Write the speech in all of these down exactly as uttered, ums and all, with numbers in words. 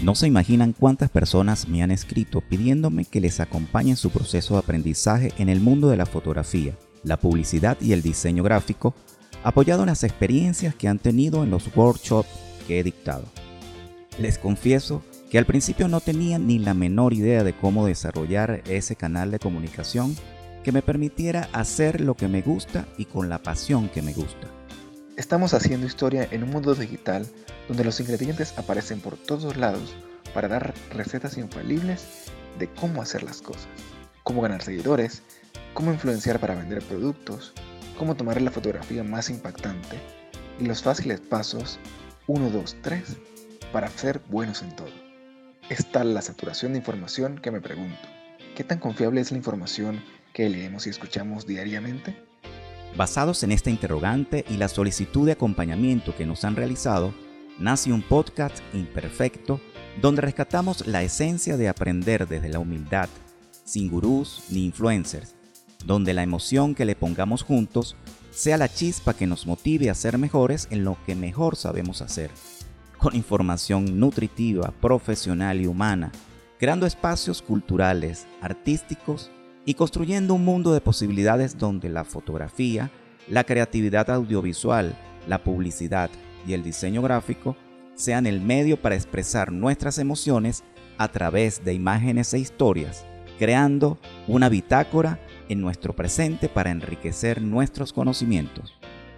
No se imaginan cuántas personas me han escrito pidiéndome que les acompañe en su proceso de aprendizaje en el mundo de la fotografía, la publicidad y el diseño gráfico, apoyado en las experiencias que han tenido en los workshops que he dictado. Les confieso que al principio no tenía ni la menor idea de cómo desarrollar ese canal de comunicación que me permitiera hacer lo que me gusta y con la pasión que me gusta. Estamos haciendo historia en un mundo digital donde los ingredientes aparecen por todos lados para dar recetas infalibles de cómo hacer las cosas, cómo ganar seguidores, cómo influenciar para vender productos, cómo tomar la fotografía más impactante y los fáciles pasos uno, dos, tres para ser buenos en todo. Es tal la saturación de información que me pregunto, ¿qué tan confiable es la información que leemos y escuchamos diariamente? Basados en esta interrogante y la solicitud de acompañamiento que nos han realizado, nace un podcast imperfecto donde rescatamos la esencia de aprender desde la humildad, sin gurús ni influencers, donde la emoción que le pongamos juntos sea la chispa que nos motive a ser mejores en lo que mejor sabemos hacer, con información nutritiva, profesional y humana, creando espacios culturales, artísticos y construyendo un mundo de posibilidades donde la fotografía, la creatividad audiovisual, la publicidad y el diseño gráfico sean el medio para expresar nuestras emociones a través de imágenes e historias, creando una bitácora en nuestro presente para enriquecer nuestros conocimientos.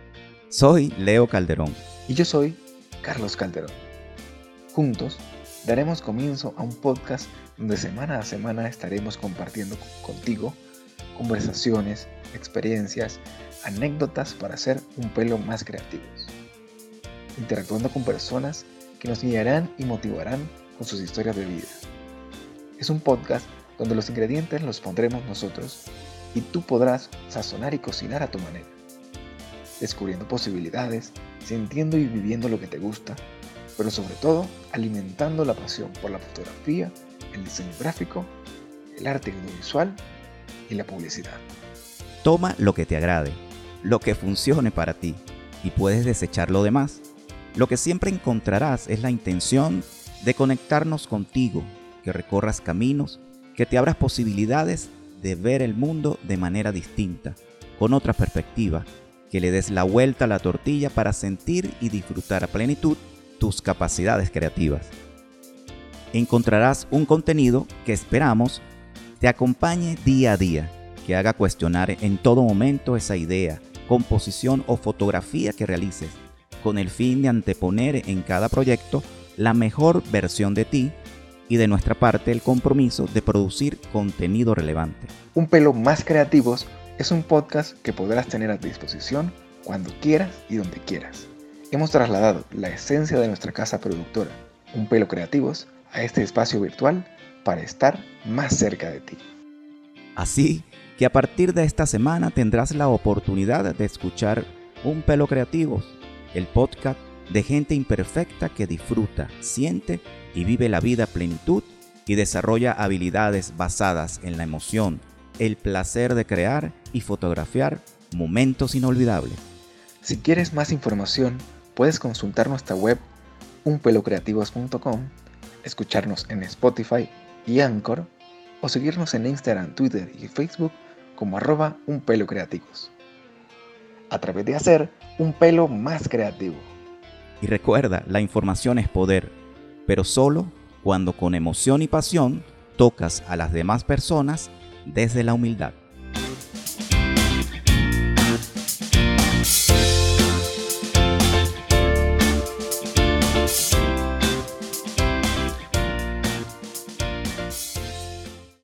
Soy Leo Calderón. Y yo soy Carlos Calderón. Juntos daremos comienzo a un podcast donde semana a semana estaremos compartiendo contigo conversaciones, experiencias, anécdotas para ser un pelo más creativos, interactuando con personas que nos guiarán y motivarán con sus historias de vida. Es un podcast donde los ingredientes los pondremos nosotros y tú podrás sazonar y cocinar a tu manera, descubriendo posibilidades, sintiendo y viviendo lo que te gusta, pero sobre todo alimentando la pasión por la fotografía, el diseño gráfico, el arte audiovisual y la publicidad. Toma lo que te agrade, lo que funcione para ti, y puedes desechar lo demás. Lo que siempre encontrarás es la intención de conectarnos contigo, que recorras caminos, que te abras posibilidades de ver el mundo de manera distinta, con otra perspectiva, que le des la vuelta a la tortilla para sentir y disfrutar a plenitud tus capacidades creativas. Encontrarás un contenido que esperamos te acompañe día a día, que haga cuestionar en todo momento esa idea, composición o fotografía que realices, con el fin de anteponer en cada proyecto la mejor versión de ti y de nuestra parte el compromiso de producir contenido relevante. Un pelo más creativos es un podcast que podrás tener a tu disposición cuando quieras y donde quieras. Hemos trasladado la esencia de nuestra casa productora, Un Pelo Creativos, a este espacio virtual para estar más cerca de ti. Así que a partir de esta semana tendrás la oportunidad de escuchar Un Pelo Creativos, el podcast de gente imperfecta que disfruta, siente y vive la vida a plenitud y desarrolla habilidades basadas en la emoción, el placer de crear y fotografiar momentos inolvidables. Si quieres más información, puedes consultar nuestra web un pelo creativos punto com, escucharnos en Spotify y Anchor o seguirnos en Instagram, Twitter y Facebook como arroba unpelocreativos. A través de hacer un pelo más creativo. Y recuerda, la información es poder, pero solo cuando con emoción y pasión tocas a las demás personas desde la humildad.